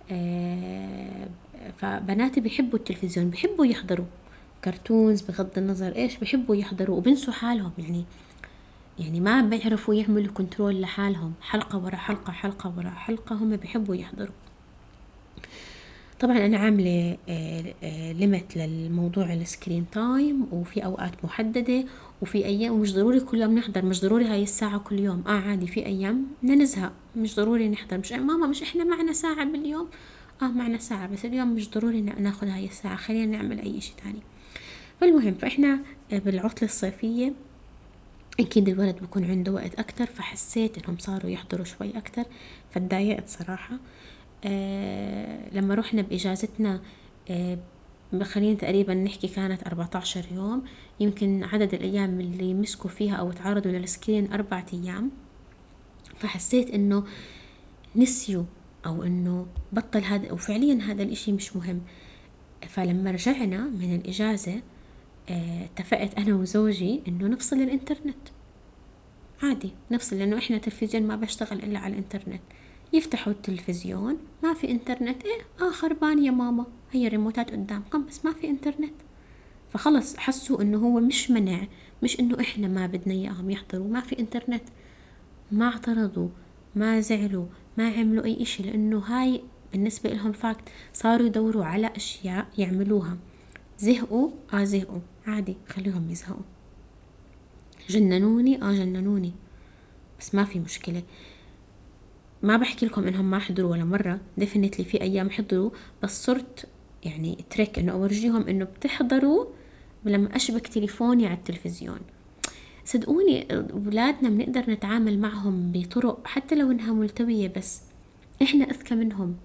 فبناتي بيحبوا التلفزيون، بيحبوا يحضروا كرتونز بغض النظر ايش، بيحبوا يحضروا وبنسوا حالهم. يعني ما بيعرفوا يعملوا كنترول لحالهم، حلقة ورا حلقة، حلقة ورا حلقة، هم بيحبوا يحضروا. طبعا أنا عاملة ليميت للموضوع السكرين تايم، وفي أوقات محددة، وفي أيام، ومش ضروري كل يوم نحضر، مش ضروري هاي الساعة كل يوم. عادي في أيام بدنا نزهق، مش ضروري نحضر. مش ماما مش إحنا معنا ساعة باليوم؟ معنا ساعة، بس اليوم مش ضروري ناخد هاي الساعة، خلينا نعمل أي إشي تاني. فالمهم، فإحنا بالعطلة الصيفية أكيد الولد بيكون عنده وقت أكتر، فحسيت إنهم صاروا يحضروا شوي أكتر، فاتضايقت صراحة. لما رحنا بإجازتنا، خلينا تقريبا نحكي كانت 14 يوم، يمكن عدد الأيام اللي مسكوا فيها أو تعرضوا للسكرين 4 أيام. فحسيت إنه نسيوا، أو إنه بطل هذا، وفعليا هذا الإشي مش مهم. فلما رجعنا من الإجازة، اتفقت أنا وزوجي إنه نفصل الإنترنت عادي، نفصل، لأنه إحنا تلفزيون ما بشتغل إلا على الإنترنت. يفتحوا التلفزيون ما في إنترنت، خربان يا ماما، هي الريموتات قدامكم بس ما في إنترنت. فخلص حسوا إنه هو مش منع، مش إنه إحنا ما بدنا إياهم يحضروا، ما في إنترنت، ما اعترضوا، ما زعلوا، ما عملوا أي إشي، لأنه هاي بالنسبة لهم فاكت. صاروا يدوروا على أشياء يعملوها. زهقوا، زهقوا، عادي خليهم يزهقوا. جننوني، جننوني، بس ما في مشكلة. ما بحكي لكم انهم ما حضروا ولا مرة، ديفينتلي في ايام حضروا، بس صرت يعني تريك انه اورجيهم انه بتحضروا لما اشبك تليفوني على التلفزيون. صدقوني اولادنا بنقدر نتعامل معهم بطرق حتى لو انها ملتوية، بس احنا اذكى منهم،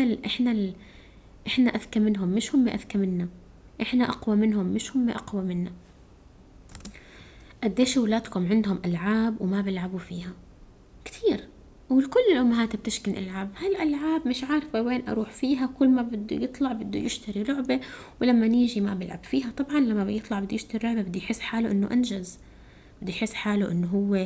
احنا اذكى منهم، مش هم اذكى منا. احنا اقوى منهم، مش هم اقوى منا. قديش اولادكم عندهم العاب وما بيلعبوا فيها؟ كتير. وكل الأمهات بتشكن ألعاب، هالألعاب مش عارفة وين أروح فيها، كل ما بده يطلع بده يشتري لعبة، ولما نيجي ما بيلعب فيها. طبعا لما بيطلع بده يشتري لعبة بده يحس حاله إنه أنجز، بده يحس حاله إنه هو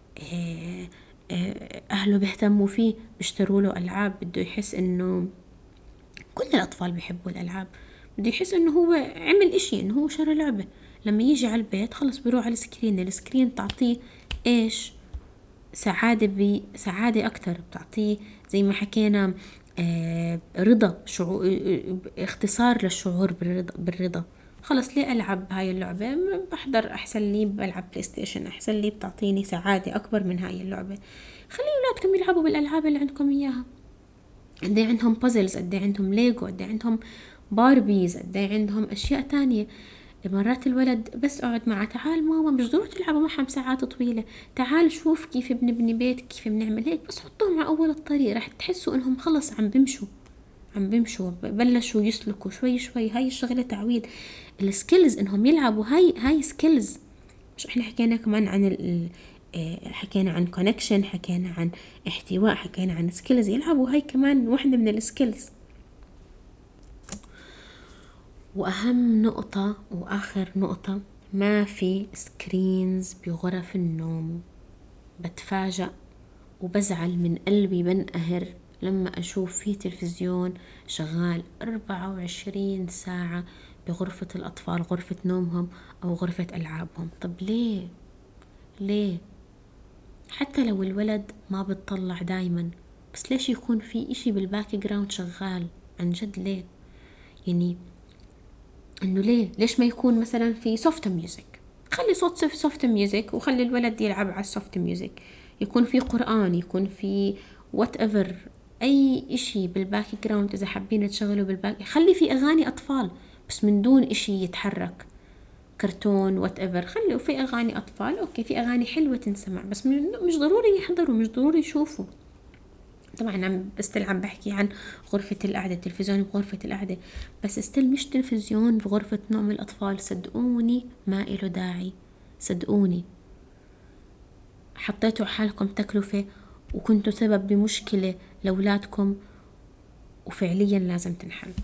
أهله بيهتموا فيه، بيشتروا له ألعاب، بده يحس إنه كل الأطفال بيحبوا الألعاب، بده يحس إنه هو عمل إشي، إنه هو شرى لعبة. لما يجي على البيت خلص بيروح على السكرين تعطيه إيش؟ سعادة أكتر، بتعطيه زي ما حكينا رضا، اختصار للشعور بالرضا. خلص ليه ألعب هاي اللعبة؟ بحضر أحسن لي، بلعب بلاي ستيشن أحسن لي، بتعطيني سعادة أكبر من هاي اللعبة. خلي أولادكم يلعبوا بالألعاب اللي عندكم إياها. قد عندهم بازلز، قد عندهم ليجو، قد عندهم باربيز، قد عندهم أشياء تانية. مرات الولد بس اقعد معه، تعال ماما، مش ضروري تلعبوا معهم ساعات طويلة، تعال شوف كيف بنبني بيت، كيف بنعمل هيك، بس حطوهم على أول الطريق، راح تحسوا إنهم خلص عم بمشوا بلشوا يسلكوا شوي شوي. هاي الشغلة تعويد. السكيلز إنهم يلعبوا، هاي سكيلز. مش إحنا حكينا كمان عن حكينا عن كونكشن، حكينا عن احتواء، حكينا عن سكيلز، يلعبوا هاي كمان واحدة من السكيلز. وأهم نقطة وآخر نقطة، ما في سكرينز بغرف النوم. بتفاجأ وبزعل من قلبي، بنقهر لما أشوف في تلفزيون شغال 24 ساعة بغرفة الأطفال، غرفة نومهم أو غرفة ألعابهم. طب ليه؟ حتى لو الولد ما بتطلع دايما، بس ليش يكون في إشي بالباك جراوند شغال؟ عن جد ليه؟ يعني انه ليش ما يكون مثلا في سوفت ميوزك؟ خلي صوت سوفت ميوزك وخلي الولد يلعب على السوفت ميوزك، يكون في قرآن، يكون في وات ايفر، اي اشي بالباك جراوند. اذا حابين تشغلوا بالباك، خلي في اغاني اطفال بس من دون اشي يتحرك، كرتون وات ايفر. خلوا في اغاني اطفال، اوكي، في اغاني حلوة تنسمع، بس مش ضروري يحضروا، مش ضروري يشوفوا. طبعا عم بحكي عن غرفة القعدة، التلفزيون بغرفة القعدة، بس مش تلفزيون بغرفة نوم الأطفال. صدقوني ما إله داعي، صدقوني حطيتوا حالكم تكلفة وكنتوا سبب بمشكلة لأولادكم، وفعليا لازم تنحل.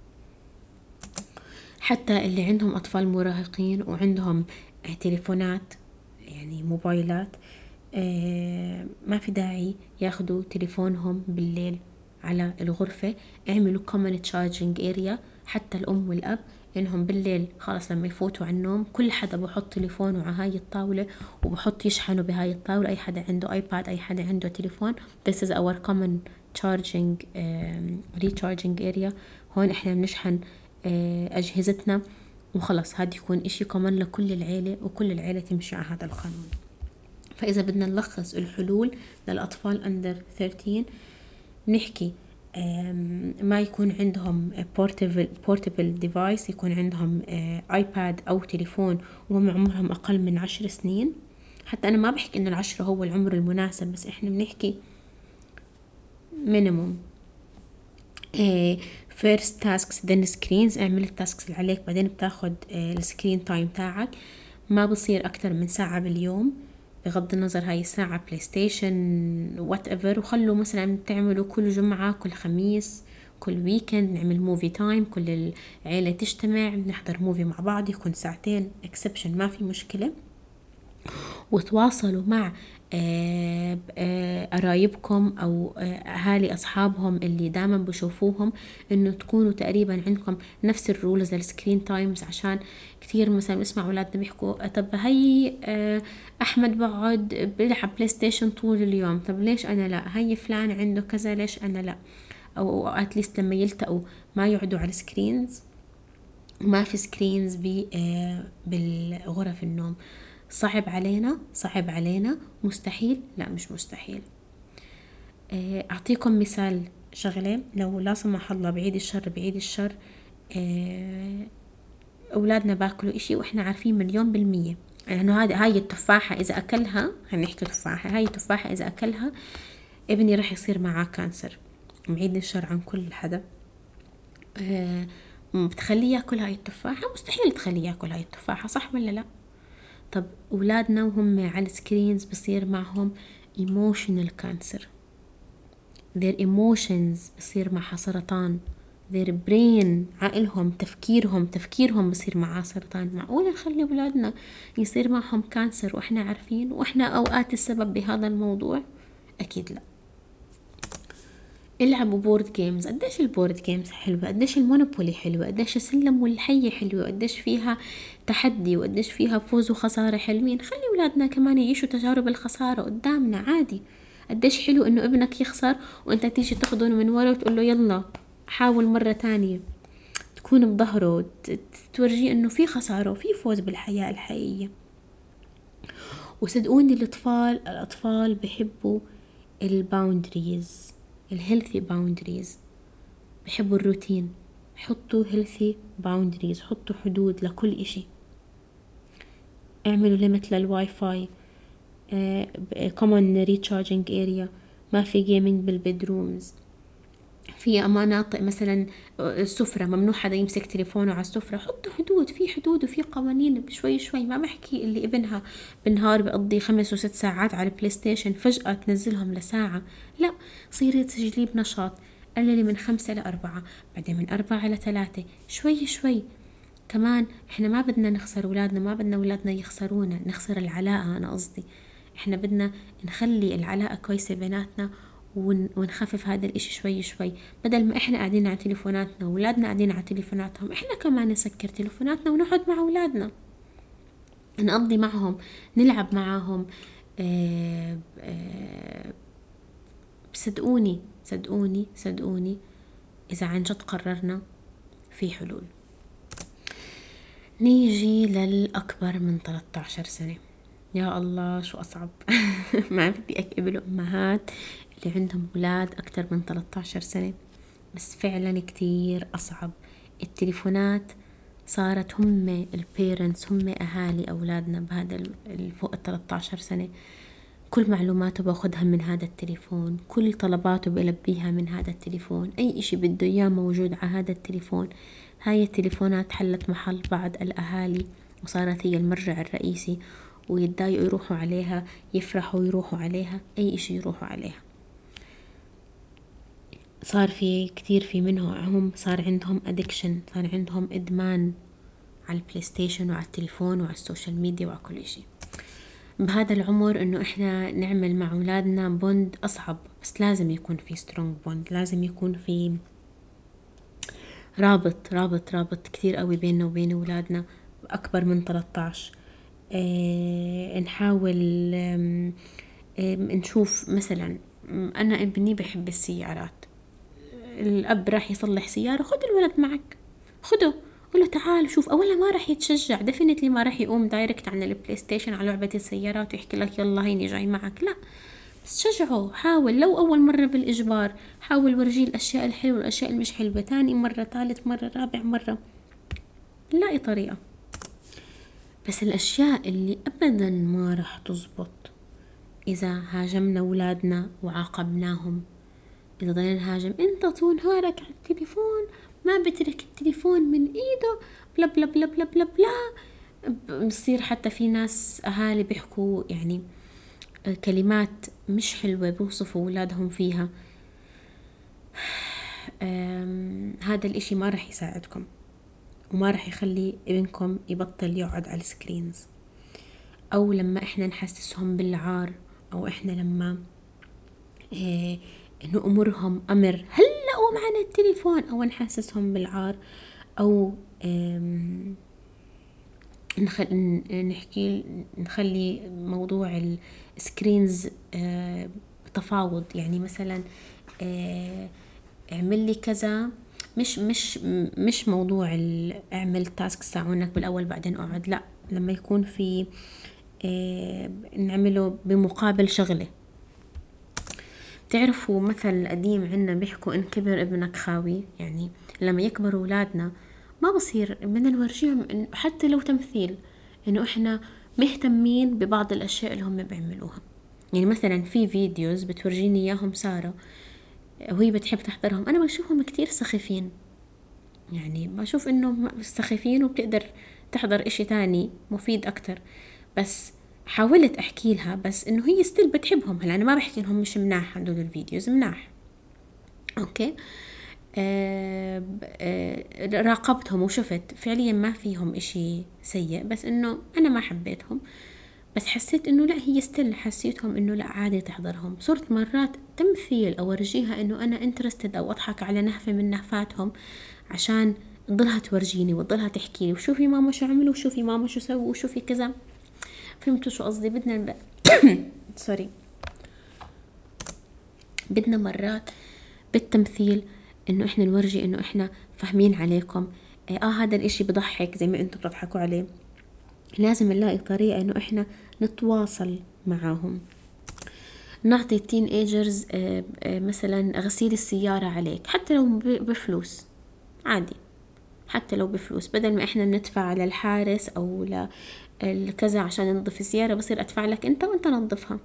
حتى اللي عندهم أطفال مراهقين وعندهم تليفونات، يعني موبايلات، ما في داعي ياخدوا تليفونهم بالليل على الغرفة، اعملوا common charging area، حتى الأم والأب، إنهم بالليل خلاص لما يفوتوا على النوم كل حدا بحط تليفونه على هاي الطاولة وبحط يشحنوا بهاي الطاولة. أي حدا عنده آيباد، أي حدا عنده تليفون، this is our common charging recharging area. هون إحنا بنشحن أجهزتنا وخلاص. هاد يكون إشي كمان لكل العيلة، وكل العيلة تمشي على هذا القانون. فإذا بدنا نلخص الحلول للأطفال under 13، نحكي ما يكون عندهم portable device، يكون عندهم آيباد أو تليفون وهم عمرهم أقل من 10 سنين. حتى أنا ما بحكي إنه 10 هو العمر المناسب، بس إحنا بنحكي minimum. first tasks then screens، اعمل التاسكس اللي عليك بعدين بتاخد السكرين تايم تاعك. ما بصير أكتر من ساعة باليوم، بغض النظر هاي الساعة بلاي ستيشن وات ايفر. وخلوا مثلا تعملوا كل جمعة، كل خميس، كل ويكند نعمل موفي تايم، كل العيلة تجتمع نحضر موفي مع بعض، يكون ساعتين اكسبشن، ما في مشكلة. وتواصلوا مع قرايبكم أو أهالي أصحابهم اللي دائما بشوفوهم، إنه تكونوا تقريبا عندكم نفس الرولز للسكرين تايمز. عشان كثير مثلا بسمع أولادنا بيحكوا طب هي أحمد بقعد بيلعب بلاي ستيشن طول اليوم، طب ليش أنا لا؟ هي فلان عنده كذا، ليش أنا لا؟ أو أتليست لما يلتقوا ما يقعدوا على سكرينز. ما في سكرينز بالغرف النوم. صعب علينا، مستحيل؟ لا مش مستحيل. أعطيكم مثال شغلة، لو لا سمح الله بعيد الشر أولادنا باكلوا إشي وإحنا عارفين 100% لأنه هاي التفاحة إذا أكلها، هنحكي تفاحة، هاي التفاحة إذا أكلها ابني رح يصير معاه كانسر، بعيد الشر عن كل حدا. بتخليه ياكل هاي التفاحة؟ مستحيل تخليه ياكل هاي التفاحة، صح ولا لا؟ طب أولادنا وهم على السكرينز بصير معهم emotional cancer، their emotions بصير معها سرطان، their brain عقلهم تفكيرهم بصير معاه سرطان. معقولة نخلي أولادنا يصير معهم كانسر وإحنا عارفين وإحنا أوقات السبب بهذا الموضوع؟ أكيد لا. العبوا بورد جيمز. قديش البورد جيمز حلوة، قديش المونوبولي حلوة، قديش السلم والحية حلوة، قديش فيها تحدي وقديش فيها فوز وخسارة حلوين. خلي أولادنا كمان يعيشوا تجارب الخسارة قدامنا عادي. قديش حلو إنه ابنك يخسر وإنت تيجي تاخده من ورا وتقول له يلا حاول مرة تانية، تكون بظهره، تورجيه إنه في خسارة وفي فوز بالحياة الحقيقية. وصدقوني الأطفال بيحبوا الباوندريز، الهيلثي باوندريز، بحبوا الروتين. حطوا هيلثي باوندريز، حطوا حدود لكل إشي. اعملوا ليميت للواي فاي، common recharging area، ما في جيمينج بالبيدرومز. في مناطق مثلا السفرة ممنوع حدا يمسك تليفونه على السفرة. حطوا حدود، في حدود وفي قوانين شوي شوي. ما بحكي اللي ابنها بالنهار بيقضي 5 و6 ساعات على البلاي ستيشن فجأة تنزلهم لساعة، لا. صيري تسجلي بنشاط، قللي من 5 ل4، بعدين من 4 ل3، شوي شوي. كمان احنا ما بدنا نخسر أولادنا، ما بدنا أولادنا يخسرونا، نخسر العلاقة. أنا قصدي احنا بدنا نخلي العلاقة كويسة بيناتنا ونخفف هذا الاشي شوي شوي. بدل ما احنا قاعدين على تليفوناتنا وولادنا قاعدين على تليفوناتهم، احنا كمان نسكر تليفوناتنا ونقعد مع أولادنا، نقضي معهم، نلعب معهم. صدقوني إذا عن جد قررنا في حلول. نيجي للأكبر من 13 سنة. يا الله شو أصعب. ما بدي أكئب الأمهات اللي عندهم أولاد أكتر من 13 سنة، بس فعلا كتير أصعب. التليفونات صارت هم البيرنتس، هم أهالي أولادنا بهذا الفوق 13 سنة. كل معلوماته باخدها من هذا التليفون، كل طلباته بلبيها من هذا التليفون، أي إشي بده إياه موجود على هذا التليفون. هاي التليفونات حلت محل بعض الأهالي وصارت هي المرجع الرئيسي، ويتضايقوا يروحوا عليها، يفرحوا يروحوا عليها، أي إشي يروحوا عليها. صار في كتير في منهم صار عندهم أدكشن، صار عندهم إدمان على البلاي ستيشن وعلى التليفون وعلى السوشيال ميديا وعلى كل إشي. بهذا العمر انه احنا نعمل مع اولادنا بوند اصعب، بس لازم يكون في سترونج بوند، لازم يكون في رابط كتير قوي بيننا وبين اولادنا اكبر من 13. نحاول نشوف مثلا، انا ابني بحب السيارات، الاب راح يصلح سيارة، خد الولد معك، خده، قول له تعال شوف. اولا ما راح يتشجع، ديفينتلي ما راح يقوم دايركت عن البلاي ستيشن على لعبة السيارات ويحكي لك يلا هيني جاي معك، لا، بس شجعه، حاول لو اول مرة بالاجبار، حاول ورجيه الاشياء الحلوة والاشياء المش حلوة، تاني مرة، ثالث مرة، رابع مرة، نلاقي طريقة. بس الاشياء اللي ابدا ما راح تزبط اذا هاجمنا اولادنا وعاقبناهم، إذا ضلينا نهاجم أنت طول نهارك على التليفون، ما بترك التليفون من إيده، بلا بلا بلا بلا بلا بلا، بصير حتى في ناس أهالي بيحكوا يعني كلمات مش حلوة بيوصفوا أولادهم فيها. هذا الإشي ما رح يساعدكم، وما رح يخلي ابنكم يبطل يقعد على السكرينز. أو لما إحنا نحسسهم بالعار، أو إحنا لما نأمرهم أمر هلأ قوم عن التليفون، أو نحسسهم بالعار، أو نخلي موضوع السكرينز تفاوض، يعني مثلا اعمل لي كذا، مش موضوع اعمل تاسك تاعونك بالأول بعدين اقعد، لا، لما يكون في نعمله بمقابل شغله. تعرفوا مثل قديم عنا بيحكوا إن كبر ابنك خاوي، يعني لما يكبروا أولادنا ما بصير بدنا نورجيهم حتى لو تمثيل إنه إحنا مهتمين ببعض الأشياء اللي هم بيعملوها. يعني مثلا في فيديوز بتورجيني إياهم سارة وهي بتحب تحضرهم، أنا بشوفهم كتير سخيفين، يعني بشوف إنه سخيفين وبتقدر تحضر إشي تاني مفيد أكتر. بس حاولت احكي لها بس انه هي ستيل بتحبهم. هلا انا ما بحكي انهم مش مناح، هدول الفيديوز مناح، اوكي. راقبتهم وشفت فعليا ما فيهم اشي سيء، بس انه انا ما حبيتهم، بس حسيت انه لا، هي ستيل حسيتهم انه لا عادي تحضرهم. صرت مرات تمثيل اورجيها انه انا انترستد، او اضحك على نهفة من نهفاتهم عشان تضلها تورجيني وتضلها تحكي لي وشوفي ماما شو عملوا وشوفي ماما شو سووا وشوفي كذا. فهمتوا شو قصدي؟ بدنا سوري، بدنا مرات بالتمثيل انه احنا نورجي انه احنا فاهمين عليكم، هذا الاشي بضحك زي ما انتم بتضحكوا عليه. لازم نلاقي طريقة انه احنا نتواصل معاهم. نعطي التين ايجرز مثلا غسيل السيارة عليك، حتى لو بفلوس عادي، حتى لو بفلوس، بدل ما احنا ندفع للحارس او لكذا عشان ننظف السيارة، بصير ادفع لك انت وانت نظفها.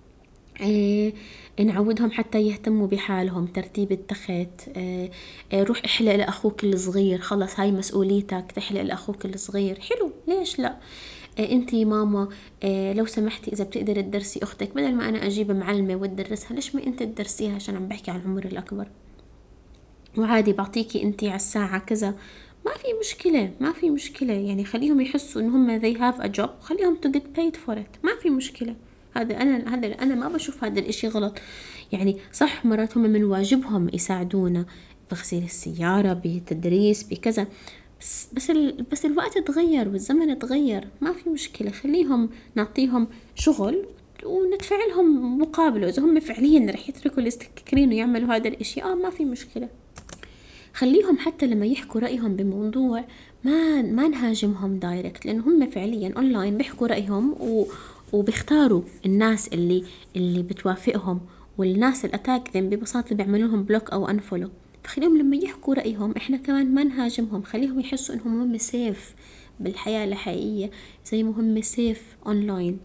نعودهم حتى يهتموا بحالهم، ترتيب التخت، روح احلق لأخوك الصغير، خلص هاي مسؤوليتك تحلق لأخوك الصغير، حلو، ليش لا؟ انتي ماما لو سمحتي اذا بتقدري تدرسي اختك، بدل ما انا اجيب معلمة وتدرسها، ليش ما انت تدرسيها؟ عشان عم بحكي عن العمر الاكبر، وعادي بعطيكي انتي على الساعة كذا، ما في مشكلة، ما في مشكلة، يعني خليهم يحسوا ان هم they have a job، خليهم to get paid for it، ما في مشكلة. هذا انا ما بشوف هذا الاشي غلط. يعني صح مرات هم من واجبهم يساعدونا بغسيل السيارة، بتدريس، بكذا، بس الوقت اتغير والزمن اتغير، ما في مشكلة، خليهم نعطيهم شغل وندفع لهم مقابله. اذا هم فعليا رح يتركوا السكرين ويعملوا هذا الاشي، ما في مشكلة. خليهم حتى لما يحكوا رأيهم بموضوع ما نهاجمهم دايركت، لأن هم فعليا أونلاين بيحكوا رأيهم وبيختاروا الناس اللي بتوافقهم، والناس الأتاك ذم ببساطة بيعملوا لهم بلوك أو أنفولو. فخليهم لما يحكوا رأيهم إحنا كمان ما نهاجمهم، خليهم يحسوا إنهم هم سيف بالحياة الحقيقية زي ما هم سيف أونلاين.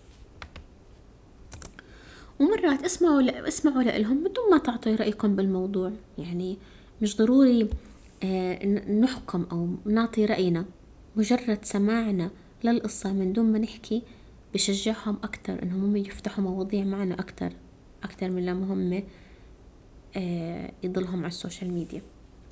ومرات اسمعوا لهم بدون ما تعطي رأيكم بالموضوع، يعني مش ضروري نحكم أو نعطي رأينا، مجرد سماعنا للقصة من دون ما نحكي بشجعهم أكتر إنهم هم يفتحوا مواضيع معنا أكتر من لما هم يضلهم على السوشيال ميديا.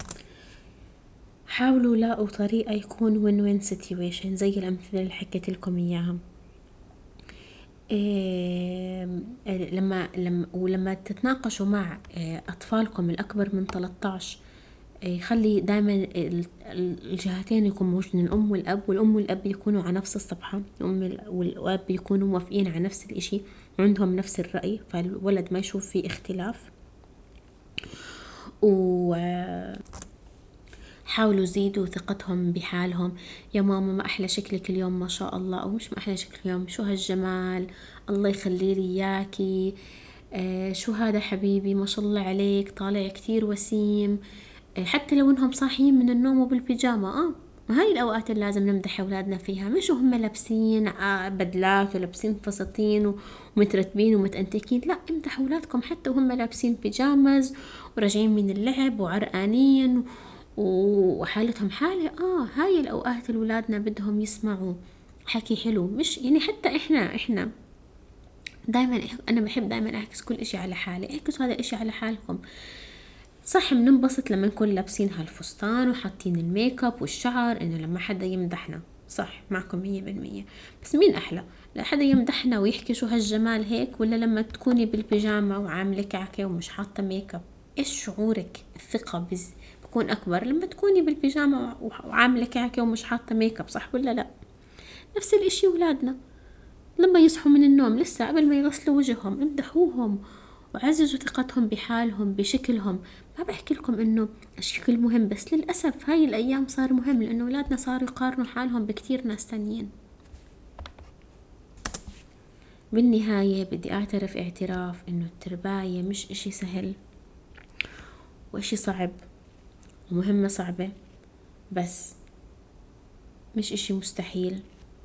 حاولوا لاقوا طريقة يكون win-win situation زي الأمثلة اللي حكيت لكم إياها. ولما تتناقشوا مع أطفالكم الأكبر من 13، خلي دائما الجهتين يكونوا موجودين، الأم والأب، والأم والأب يكونوا على نفس الصفحة، الأم والأب يكونوا موافقين على نفس الإشي وعندهم نفس الرأي، فالولد ما يشوف فيه اختلاف. وحاولوا زيدوا ثقتهم بحالهم. يا ماما ما أحلى شكلك اليوم ما شاء الله، أو مش ما أحلى شكلك اليوم، شو هالجمال، الله يخلي لي إياكي، شو هذا حبيبي ما شاء الله عليك، طالع كتير وسيم. حتى لو انهم صاحيين من النوم وبالبيجامة، ما هاي الأوقات اللي لازم نمدح أولادنا فيها، مش وهم لابسين بدلات ولابسين فساتين ومترتبين ومتأنتكين. لا، امدحوا أولادكم حتى وهم لابسين بيجامز وراجعين من اللعب وعرقانين وحالتهم حالة. هاي الأوقات اللي أولادنا بدهم يسمعوا حكي حلو، مش يعني حتى إحنا دايما، أنا بحب دايما أعكس كل إشي على حالي، اعكسوا هذا الإشي على حالكم. صح بننبسط لما نكون لابسين هالفستان وحاطين الميك اب والشعر، انه لما حدا يمدحنا، صح معكم 100%. بس مين احلى، لا حدا يمدحنا ويحكي شو هالجمال هيك، ولا لما تكوني بالبيجامة وعاملة كعكة ومش حاطة ميك اب؟ ايش شعورك؟ الثقة بكون اكبر لما تكوني بالبيجامة وعاملة كعكة ومش حاطة ميك اب، صح ولا لا؟ نفس الاشي ولادنا لما يصحوا من النوم لسه قبل ما يغسلوا وجههم امدحوهم وعززوا ثقتهم بحالهم بشكلهم. ما بحكي لكم انه الشكل مهم، بس للأسف هاي الأيام صار مهم، لأنه أولادنا صاروا يقارنوا حالهم بكتير ناس تانيين. بالنهاية بدي أعترف اعتراف إنه الترباية مش إشي سهل وإشي صعب ومهمة صعبة، بس مش إشي مستحيل.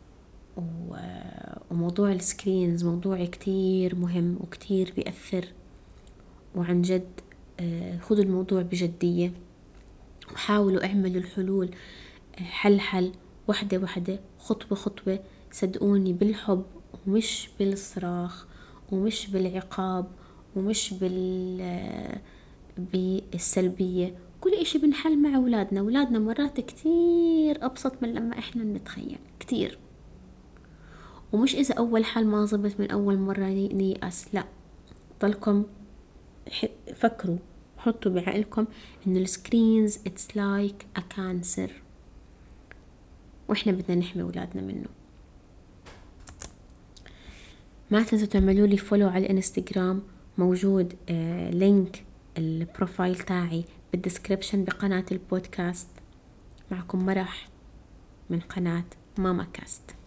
وموضوع السكرينز موضوع كتير مهم وكتير بيأثر، وعن جد خذوا الموضوع بجدية وحاولوا اعملوا الحلول حل وحدة وحدة، خطوة خطوة، صدقوني بالحب ومش بالصراخ ومش بالعقاب ومش بالسلبية. كل اشي بنحل مع أولادنا مرات كتير أبسط من لما احنا نتخيل كتير. ومش إذا أول حل ما زبط من أول مرة نيأس، لا، ضلكم فكروا، حطوا بعقلكم إن السكرينز it's like a cancer، وإحنا بدنا نحمي أولادنا منه. ما تنسوا تعملوا لي فولو على الانستغرام، موجود لينك البروفايل تاعي بالديسكريبشن بقناة البودكاست. معكم مرح من قناة ماما كاست.